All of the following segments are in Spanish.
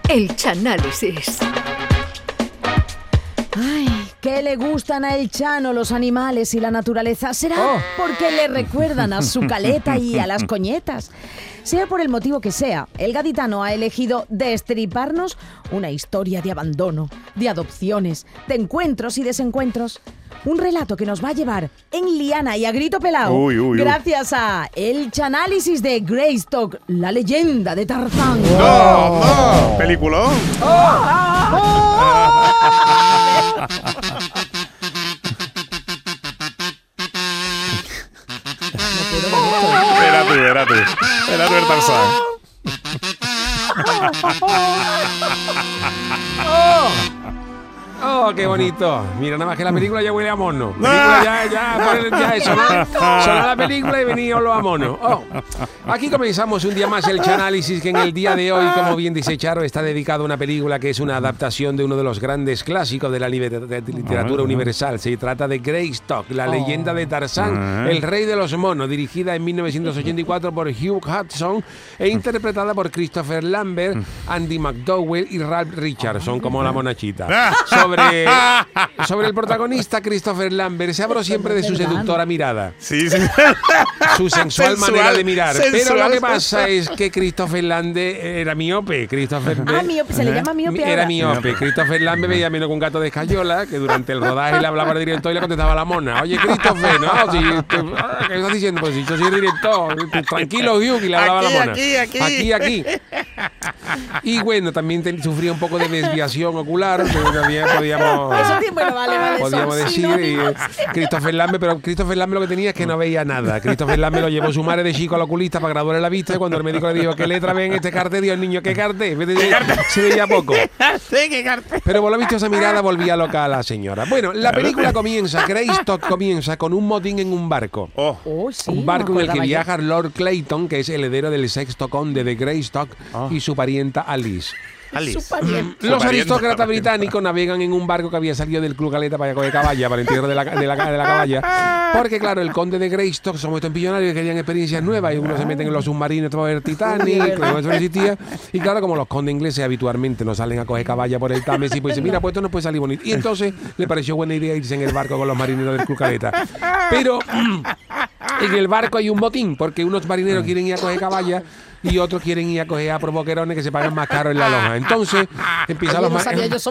El Chanálisis. Ay, ¿qué le gustan a El Chano los animales y la naturaleza? ¿Será porque le recuerdan a su caleta y a las coñetas? Sea por el motivo que sea, el gaditano ha elegido destriparnos una historia de abandono, de adopciones, de encuentros y desencuentros. Un relato que nos va a llevar en liana y a grito pelao gracias a El Chanálisis de Greystock, la leyenda de Tarzán. ¡No! ¿Peliculón? Era tú el Tarzán. ¡Oh, qué bonito! Mira, nada más que la película ya huele a mono. Ya eso, ¿no? Sonó la película y venía lo a mono. Aquí comenzamos un día más el Chanálisis, que en el día de hoy, como bien dice Charo, está dedicado a una película que es una adaptación de uno de los grandes clásicos de la literatura universal. Se trata de Greystock, la leyenda de Tarzán, el rey de los monos, dirigida en 1984 por Hugh Hudson e interpretada por Christopher Lambert, Andy McDowell y Ralph Richardson, como la monachita. Sobre el protagonista, Christopher Lambert, se habló siempre de su seductora mirada. Sí. Su sensual manera de mirar. Pero lo que pasa es que Christopher Lambert era miope. Miope, se le llama miope ahora. Era miope. Christopher Lambert veía menos que un gato de escayola, que durante el rodaje le hablaba al director y le contestaba a la mona: oye, Christopher, ¿no? ¿Qué estás diciendo? Pues si yo soy el director, tranquilo, Hugh, y le hablaba a la mona. Aquí. Y bueno, también sufría un poco de desviación ocular, pero también podíamos decir. Christopher Lambert, pero Christopher Lambert lo que tenía es que no veía nada. Christopher Lambert lo llevó su madre de chico al oculista para graduarle la vista, y cuando el médico le dijo: ¿qué letra ven este cartel? Dijo el niño: ¿qué cartel? Se veía poco. Pero por lo visto esa mirada volvía loca a la señora. Bueno, la película Greystock comienza con un motín en un barco. Un barco en el que viaja Lord Clayton, que es el heredero del sexto conde de Greystock, y su parienta Alice. Los aristócratas británicos navegan en un barco que había salido del Club Galeta para coger caballa, para el entierro de la caballa, porque claro, el conde de Greystock, somos estos millonarios que querían experiencias nuevas, y unos se meten en los submarinos para ver Titanic, que eso no existía, y claro, como los condes ingleses habitualmente no salen a coger caballa por el Támesis, pues dicen: mira, pues esto no puede salir bonito, y entonces le pareció buena idea irse en el barco con los marineros del Club Galeta. Pero en el barco hay un motín, porque unos marineros quieren ir a coger caballa y otros quieren ir a coger a provoquerones que se pagan más caro en la lonja. Entonces empiezan los marineros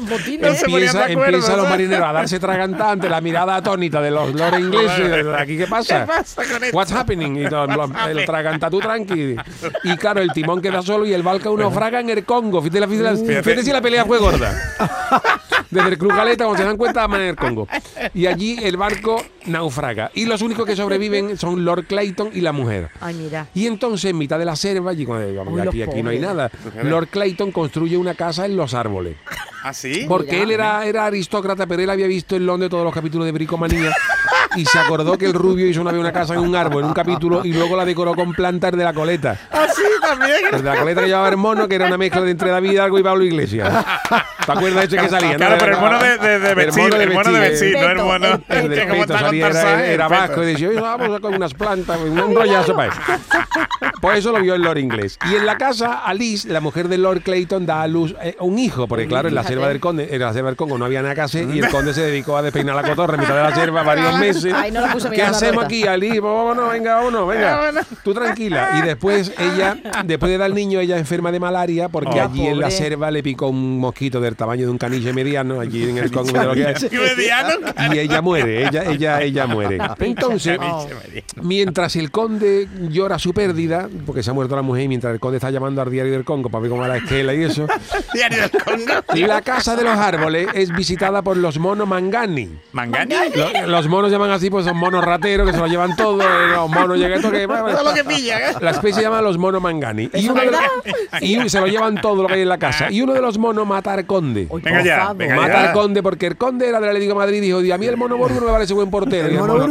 a darse tragantar ante la mirada atónita de los lores ingleses. ¿Aquí qué pasa? What's happening? Y todo, el traganta tú tranqui. Y claro, el timón queda solo y el barco naufraga en el Congo. Fíjate si la pelea fue gorda. Desde el Club Galeta, cuando se dan cuenta, van en el Congo. Y allí el barco naufraga. Y los únicos que sobreviven son Lord Clayton y la mujer. Ay, mira. Y entonces, en mitad de la selva, aquí no hay nada, Lord Clayton construye una casa en los árboles. ¿Ah, sí? Porque él era aristócrata, pero él había visto en Londres todos los capítulos de Bricomanía y se acordó que el rubio hizo una casa en un árbol, en un capítulo, y luego la decoró con plantas de la coleta. ¿Ah, sí? También. De la coleta que llevaba el mono, que era una mezcla de entre David Hidalgo y Pablo Iglesias. ¿Te acuerdas de ese que salía? Claro, pero el mono de vestir, el mono de vestir, no el mono que como salía era vasco, y decía: vamos con unas plantas, un rollazo para eso. Pues eso lo vio el Lord inglés. Y en la casa, Alice, la mujer de Lord Clayton, da a luz un hijo, porque claro, en la selva del Congo no había nada que hacer, y el conde se dedicó a despeinar la cotorra en mitad de la selva varios meses. ¿Qué hacemos aquí, Alice? Vámonos, venga. Tú tranquila. Y después de dar al niño, ella enferma de malaria, porque allí en la selva le picó un mosquito del tamaño de un caniche mediano, allí en el Congo. Y ella muere, ella muere. Entonces, mientras el conde llora su pérdida, porque se ha muerto la mujer, y mientras el conde está llamando al diario del Congo para ver cómo va la esquela y eso, ¿Diario del Congo? la casa de los árboles es visitada por los monos Mangani. ¿Mangani? Los monos llaman así, pues son monos rateros que se lo llevan todo. Los monos llegan todo todo lo que pillan. La especie se llama los monos Mangani. Y se lo llevan todo lo que hay en la casa. Y uno de los monos mata al conde. Mata al conde porque el conde era del Atlético de Madrid y dijo: a mí el mono Borgo no me parece buen portero.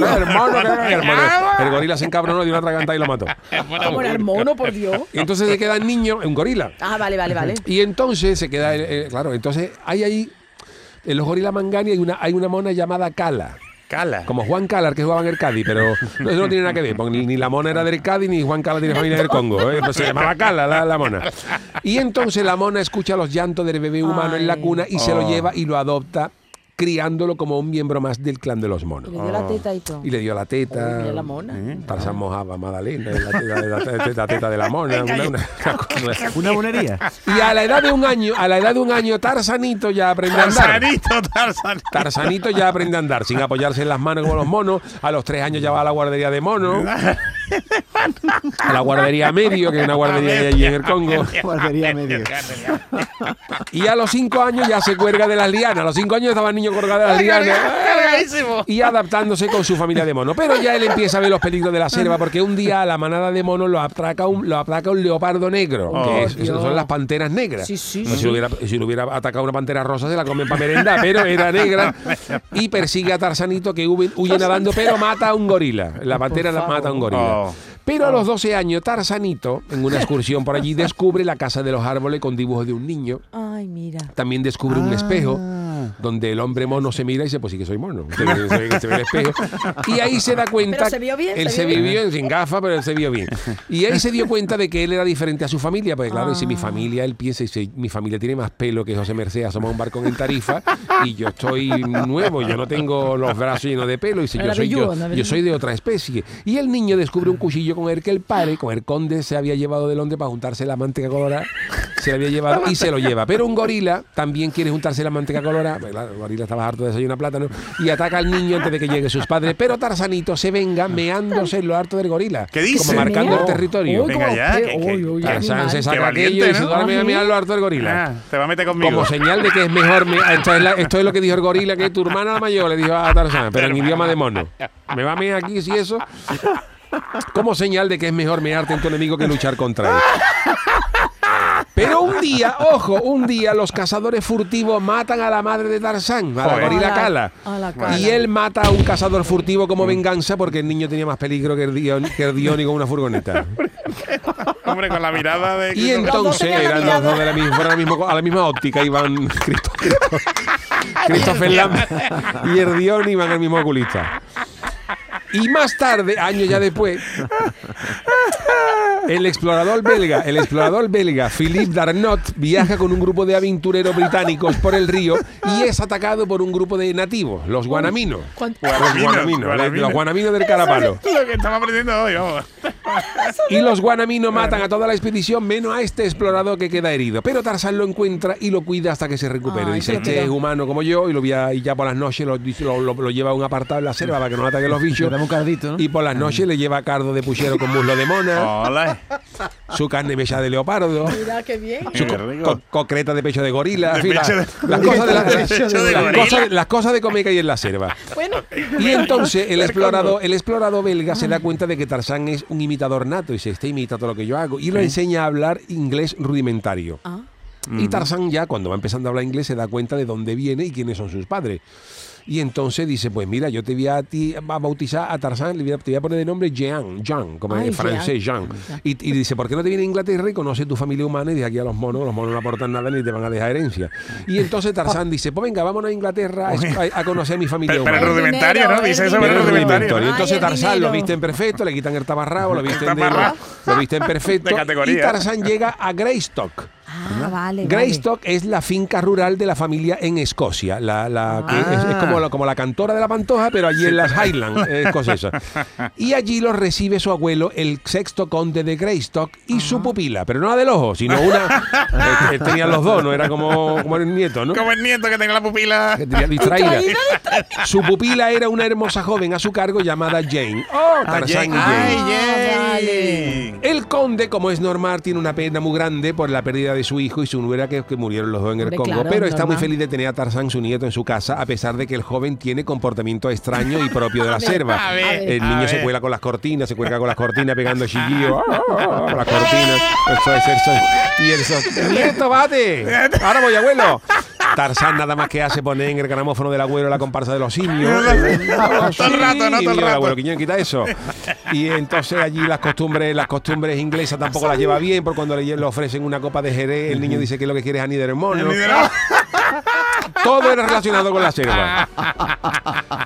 El gorila se encabronó, dio una atragantada y lo mató. ¿Cómo era el mono, por Dios? Y entonces se queda el niño, un gorila. Vale. Y entonces se queda, claro, entonces hay ahí, en los gorilas Mangani hay una mona llamada Kala. Cala. Como Juan Calar, que jugaba en el Cádiz, pero eso no tiene nada que ver, porque ni la mona era del Cádiz, ni Juan Calar tiene familia del Congo. Pues se llamaba Cala la mona. Y entonces la mona escucha los llantos del bebé humano en la cuna y se lo lleva y lo adopta, criándolo como un miembro más del clan de los monos. Y le dio la teta y todo. Y le dio la teta. Mira la mona. Tarzán mojaba a Magdalena, la teta de la mona. Una monería. Y a la edad de un año, Tarzanito ya aprende a andar. Tarzanito ya aprende a andar, sin apoyarse en las manos como los monos. A los 3 años ya va a la guardería de monos. A la guardería medio, que es una guardería allí en el Congo. Guardería medio. Y a los 5 años ya se cuelga de las lianas. A los 5 años estaba el niño colgado de las lianas. Y adaptándose con su familia de monos. Pero ya él empieza a ver los peligros de la selva, porque un día a la manada de monos lo atraca un leopardo negro, son las panteras negras. Sí. Si lo hubiera atacado una pantera rosa, se la comen para merendar, pero era negra. Y persigue a Tarzanito, que huye nadando, pero mata a un gorila. La pantera mata a un gorila. Pero a los 12 años, Tarzanito, en una excursión por allí, descubre la casa de los árboles con dibujos de un niño. Ay, mira. También descubre un espejo donde el hombre mono se mira y dice, pues sí que soy mono. Se ve el espejo. Y ahí se da cuenta... Pero se vio bien. Él se vio bien, sin gafas, pero él se vio bien. Y ahí se dio cuenta de que él era diferente a su familia, porque claro, si mi familia, él piensa, mi familia tiene más pelo que José Merced, asoma un barcón en Tarifa, y yo estoy nuevo, yo no tengo los brazos llenos de pelo, y dice, yo soy de otra especie. Y el niño descubre un cuchillo con el que el padre, con el conde, se había llevado de Londres para juntarse la manteca colorada, se la había llevado y se lo lleva. Pero un gorila también quiere juntarse la manteca colorada, pues claro, el gorila estaba harto de desayunar plátano, y ataca al niño antes de que lleguen sus padres, pero Tarzanito se venga meándose en lo harto del gorila. ¿Qué dice? Como marcando el territorio. Venga ya. Tarzán se saca aquello y se duerme a mear lo harto del gorila. Te va a meter conmigo. Como señal de que es mejor... Esto es lo que dijo el gorila, que tu hermana la mayor le dijo a Tarzán, pero en idioma de mono. Me va a mear aquí, si eso... Como señal de que es mejor mearte en tu enemigo que luchar contra él. Pero un día los cazadores furtivos matan a la madre de Tarzán, a la gorila Cala. Y él mata a un cazador furtivo como venganza porque el niño tenía más peligro que el Dioni con una furgoneta. Hombre, con la mirada de... Y entonces eran los dos a la misma óptica, iban Christopher Lambert y el Dioni iban al mismo oculista. Y más tarde, años ya después, el explorador belga Philippe Darnot viaja con un grupo de aventureros británicos por el río y es atacado por un grupo de nativos, los guanaminos. Los guanaminos del Carapalo. Lo que estamos aprendiendo hoy, vamos. Y los guanaminos matan a toda la expedición menos a este explorador que queda herido. Pero Tarzán lo encuentra y lo cuida hasta que se recupere. Dice, este es humano como yo, y ya por las noches lo lleva a un apartado en la selva para que no ataquen los bichos. Un cardito, ¿no? Y por las noches le lleva cardo de puchero con muslo de mona. Hola. Su carne bella de leopardo. Mira qué bien. Su concreta de pecho de gorila. En fin, de las cosas de comer que hay en la selva. Bueno. Y entonces el explorador belga se da cuenta de que Tarzán es un imitador nato y dice, este imita todo lo que yo hago. Y lo enseña a hablar inglés rudimentario. Y Tarzán ya, cuando va empezando a hablar inglés, se da cuenta de dónde viene y quiénes son sus padres. Y entonces dice, pues mira, yo te voy a bautizar a Tarzán, te voy a poner de nombre Jean, como en francés, Jean. Y dice, ¿por qué no te vienes a Inglaterra y conoces tu familia humana y de aquí a los monos no aportan nada ni te van a dejar herencia? Y entonces Tarzán dice, pues venga, vámonos a Inglaterra a conocer a mi familia humana. Pero rudimentario, ¿no? Dice eso, pero rudimentario. Y entonces Tarzán lo visten perfecto, le quitan el taparrabo, lo visten perfecto. Y Tarzán llega a Greystock. Vale. Greystock es la finca rural de la familia en Escocia, que es como la cantora de la Pantoja, pero allí en las Highlands escocesas. Y allí los recibe su abuelo, el sexto conde de Greystock, y su pupila, pero no la del ojo, sino una... él tenía los dos, no era como el nieto, ¿no? Como el nieto que tenga la pupila distraída. Su pupila era una hermosa joven a su cargo llamada Jane. Tarzán y Jane. El conde, como es normal, tiene una pena muy grande por la pérdida de su hijo y su nuera que murieron los dos en el Congo, claro, pero está muy feliz de tener a Tarzán, su nieto, en su casa, a pesar de que el joven tiene comportamiento extraño y propio de la selva. El niño se cuelga con las cortinas, pegando chillillo, las cortinas. Y él, nieto, bate, ahora voy, abuelo. Tarzán nada más que hace poner en el gramófono del abuelo la comparsa de los simios. Todo el rato, ¿no? Todo el rato. Abuelo Quiñón, quita eso. Y entonces allí las costumbres inglesas tampoco las lleva bien, porque cuando le ofrecen una copa de Jerez, el niño dice que lo que quiere es anís de mono. Todo era relacionado con la selva.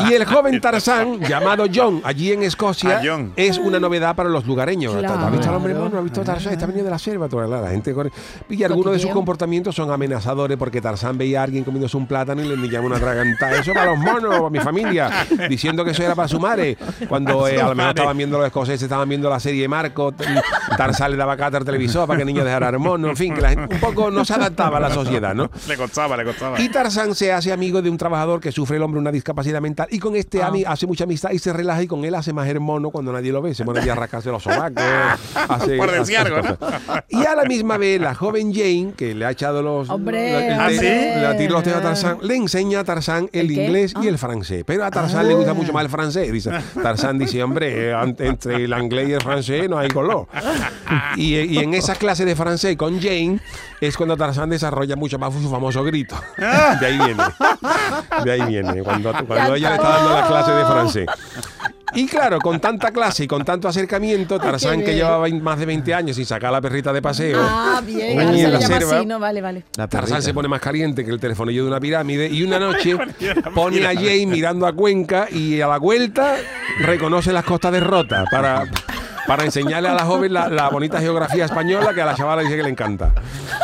Y el joven Tarzán, llamado John, allí en Escocia, John. es una novedad para los lugareños. Claro. ¿Has visto al hombre mono? ¿Has visto a Tarzán? Está venido de la selva. Toda la gente corre. Y algunos de sus Cotilleo. comportamientos son amenazadores porque Tarzán veía a alguien comiéndose un plátano y le llama una atragantada. Eso para los monos, para mi familia. Diciendo que eso era para su madre. Cuando a lo mejor estaban viendo los escoceses, estaban viendo la serie Marco, Tarzán le daba cata al televisor para que el niño dejara el mono. En fin, que la gente un poco no se adaptaba a la sociedad, ¿no? Le costaba. Y Tarzán se hace amigo de un trabajador que sufre el hombre una discapacidad mental y con este hace mucha amistad y se relaja y con él hace más hermono cuando nadie lo ve. Se pone allí a rascarse los sobacos. Por decir algo, ¿no? Y a la misma vez la joven Jane, que le ha echado los... Hombre, le ha tirado los dedos a Tarzán, le enseña a Tarzán el ¿El qué? inglés y el francés. Pero a Tarzán le gusta mucho más el francés. Dice, Tarzán dice, hombre, entre el inglés y el francés no hay color. Y en esa clase de francés con Jane es cuando Tarzán desarrolla mucho más su famoso grito. De ahí viene. De ahí viene. Cuando ella le está dando la clase de francés. Y claro, con tanta clase y con tanto acercamiento, Tarzán, que llevaba más de 20 años sin sacar a la perrita de paseo, bien, allí ahora en se la le llama selva, así, ¿no? Vale. La Tarzán perrita. se pone más caliente que el telefonillo de una pirámide y una noche pone a Jane mirando a Cuenca y a la vuelta reconoce las costas de Rota para enseñarle a la joven la bonita geografía española que a la chavala dice que le encanta.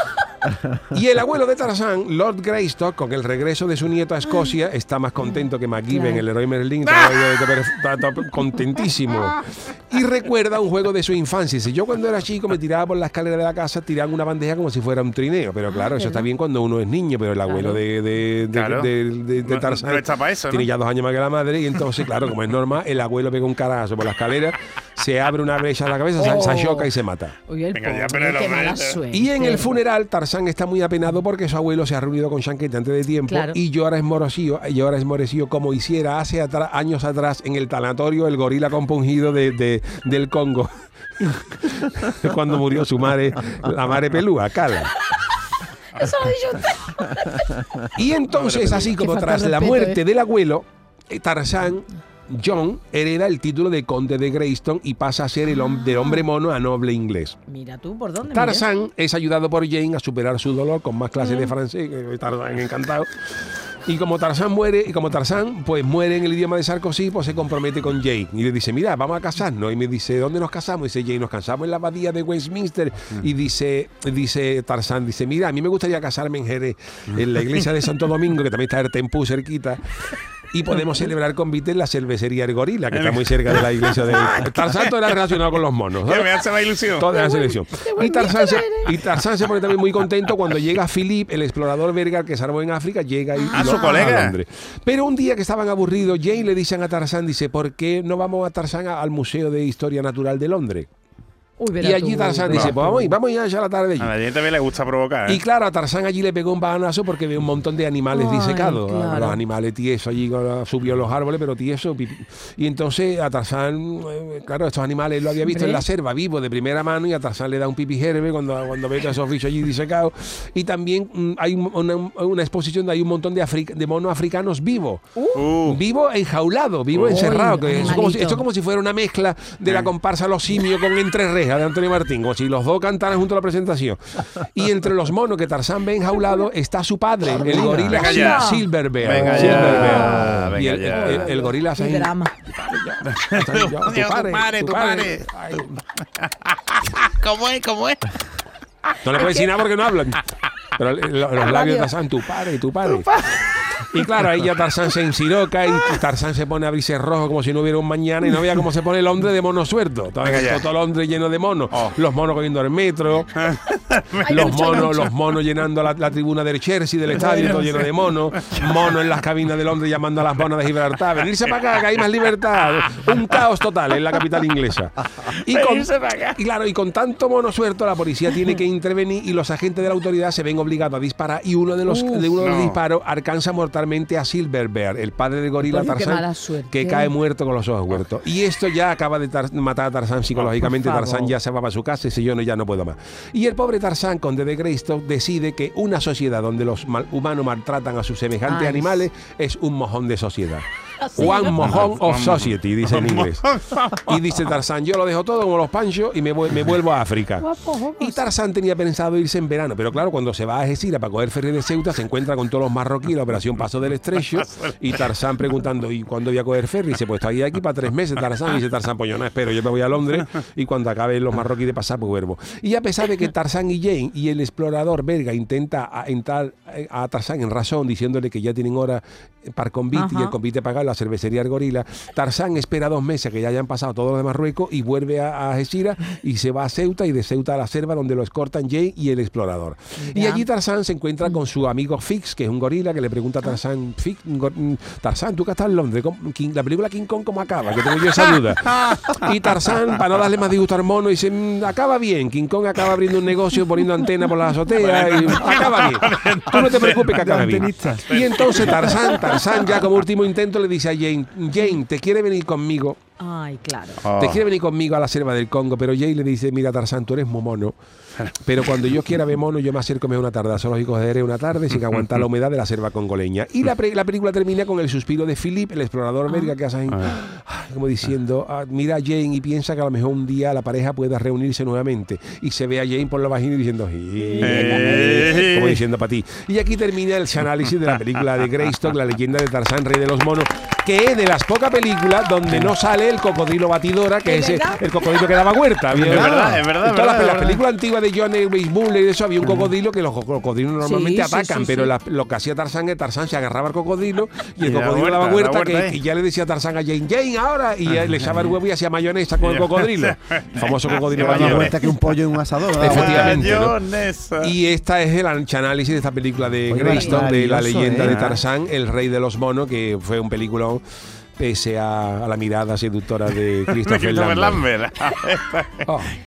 Y el abuelo de Tarzán, Lord Greystock, con el regreso de su nieto a Escocia, está más contento que MacGyver, el héroe Merlín, está contentísimo. Y recuerda un juego de su infancia. Dice, yo cuando era chico me tiraba por la escalera de la casa, tiraba una bandeja como si fuera un trineo. Pero claro, eso está bien cuando uno es niño, pero el abuelo de Tarzán no está para eso, ¿no? tiene ya 2 años más que la madre y entonces, claro, como es normal, el abuelo pega un carazo por la escalera, se abre una brecha en la cabeza, se achoca y se mata. Uy, el Venga, pobre, ya, pero qué el mala hombre- suerte. Y en el funeral, Tarzán está muy apenado porque su abuelo se ha reunido con Shanquete antes de tiempo Claro. y llora esmorecido como hiciera hace años atrás en el tanatorio el gorila compungido del Congo. Cuando murió su madre, la madre pelúa, Cala. Eso lo ha dicho usted. Y entonces, así como falta tras de la respeto, muerte del abuelo, Tarzán, John, hereda el título de conde de Greyston y pasa a ser de hombre mono a noble inglés. Mira tú, ¿por dónde? Tarzán es ayudado por Jane a superar su dolor con más clases de francés, que Tarzán encantado. Y como Tarzán muere en el idioma de Sarkozy, pues se compromete con Jane y le dice, mira, vamos a casarnos. Y me dice, ¿dónde nos casamos? Y dice Jane, nos casamos en la abadía de Westminster. Y dice Tarzán, dice, mira, a mí me gustaría casarme en Jerez, en la iglesia de Santo Domingo, que también está el Tempú cerquita. Y podemos celebrar con Vite en la cervecería El Gorila, que está muy cerca de la iglesia de... Tarzán todo era relacionado con los monos, ¿sabes? Que me hace la ilusión. Toda la selección. Y Tarzán se pone también muy contento cuando llega Philip, el explorador belga que se armó en África, llega y su colega. a Londres. Pero un día que estaban aburridos, Jane le dicen a Tarzán, dice, ¿por qué no vamos a Tarzán al Museo de Historia Natural de Londres? Uy, verá Y allí tú, Tarzán verá dice, tú. pues vamos ya a la tarde allí. A la gente también le gusta provocar, ¿eh? Y claro, a Tarzán allí le pegó un banazo porque ve un montón de animales Ay, disecados. claro. Los animales tiesos allí, subió los árboles, pero tieso. Y entonces a Tarzán, claro, estos animales lo había visto en la selva, vivo, de primera mano, y a Tarzán le da un pipi jerbe cuando ve a esos bichos allí disecados. Y también hay una exposición donde hay un montón de monos africanos vivos. Vivo enjaulado, vivo encerrado. Que esto es como si fuera una mezcla de la comparsa Los Simios con Entre Rejas de Antonio Martín, como si los dos cantaran junto a la presentación. Y entre los monos que Tarzán ve enjaulado está su padre, el gorila Venga ya. Silverbear. Venga ya. Silverbear. Y Venga ya. el gorila Qué se drama. Tu padre. ¿Cómo es? No le puedes decir nada porque no hablan. Pero los labios de Tarzán, tu padre. Y claro, ahí ya Tarzán se ensiroca y Tarzán se pone a abrirse rojo como si no hubiera un mañana y no vea cómo se pone Londres de mono suelto. Todo Londres lleno de monos. Los monos cogiendo el metro. Los monos llenando la tribuna del Chelsea, del estadio, todo lleno de monos. Monos en las cabinas de Londres llamando a las monas de Gibraltar. Venirse para acá, que hay más libertad. Un caos total en la capital inglesa. Y con tanto mono suelto, la policía tiene que intervenir y los agentes de la autoridad se ven obligados a disparar y uno de los disparos alcanza mortalmente a Silverbear, el padre del gorila Qué Tarzán, mala suerte. que cae muerto con los ojos huertos. Y esto ya acaba de matar a Tarzán psicológicamente. por favor. Tarzán ya se va para su casa y dice, yo ya no puedo más. Y el pobre Tarzán, conde de Greystock, decide que una sociedad donde los humanos maltratan a sus semejantes animales es un mojón de sociedad. One Mojón of Society, dice en inglés. Y dice Tarzán, yo lo dejo todo como los panchos y me vuelvo a África. Y Tarzán tenía pensado irse en verano, pero claro, cuando se va a Algeciras para coger ferry de Ceuta, se encuentra con todos los marroquíes, la operación Paso del Estrecho, y Tarzán preguntando, ¿y cuándo voy a coger ferry? Y dice, pues estoy aquí para 3 meses, Tarzán. Y dice Tarzán, pues yo no espero, yo me voy a Londres y cuando acaben los marroquíes de pasar, pues vuelvo. Y a pesar de que Tarzán y Jane y el explorador belga intenta entrar a Tarzán en razón, diciéndole que ya tienen hora para convite y el convite pagado en la cervecería El Gorila, Tarzán espera 2 meses que ya hayan pasado todos los de Marruecos y vuelve a Algeciras y se va a Ceuta, y de Ceuta a la selva, donde lo escortan Jane y el explorador. Y allí Tarzán se encuentra con su amigo Fix, que es un gorila, que le pregunta a Tarzán, Tarzán, tú que estás en Londres, la película King Kong, ¿cómo acaba? Que tengo yo esa duda. Y Tarzán, para no darle más disgusto al mono, dice, acaba bien, King Kong acaba abriendo un negocio, poniendo antena por la azotea, y acaba bien. Tú no te preocupes que acaba bien. Y entonces Tarzán, ya como último intento, le dice a Jane, ¿te quiere venir conmigo? Ay, claro. Te quiere venir conmigo a la selva del Congo, pero Jane le dice, mira Tarzán, tú eres muy mono, pero cuando yo quiera ver mono, yo me acerco una tarde a zoológico de una tarde sin aguantar la humedad de la selva congoleña. Y la película termina con el suspiro de Philip, el explorador belga, que hace como diciendo, mira a Jane y piensa que a lo mejor un día la pareja pueda reunirse nuevamente. Y se ve a Jane por la vagina diciendo, como diciendo para ti. Y aquí termina el análisis de la película de Greystock, la leyenda de Tarzán, rey de los monos, que es de las pocas películas donde no sale el cocodrilo batidora, que es el cocodrilo que daba huerta. Es verdad. En todas las películas antiguas de John Elway Buller y eso, había un cocodrilo que los cocodrilos normalmente atacan, pero lo que hacía Tarzán se agarraba al cocodrilo y el cocodrilo daba huerta, y ya le decía a Tarzán a Jane, ahora, y le echaba el huevo y hacía mayonesa con el cocodrilo. El famoso cocodrilo batidora. Vuelta que un pollo en un asador. Efectivamente, ¿no? Y esta es el análisis de esta película de Greystock, de la leyenda de Tarzán, el rey de los monos, que fue un peliculón pese a la mirada seductora de Christopher Lambert.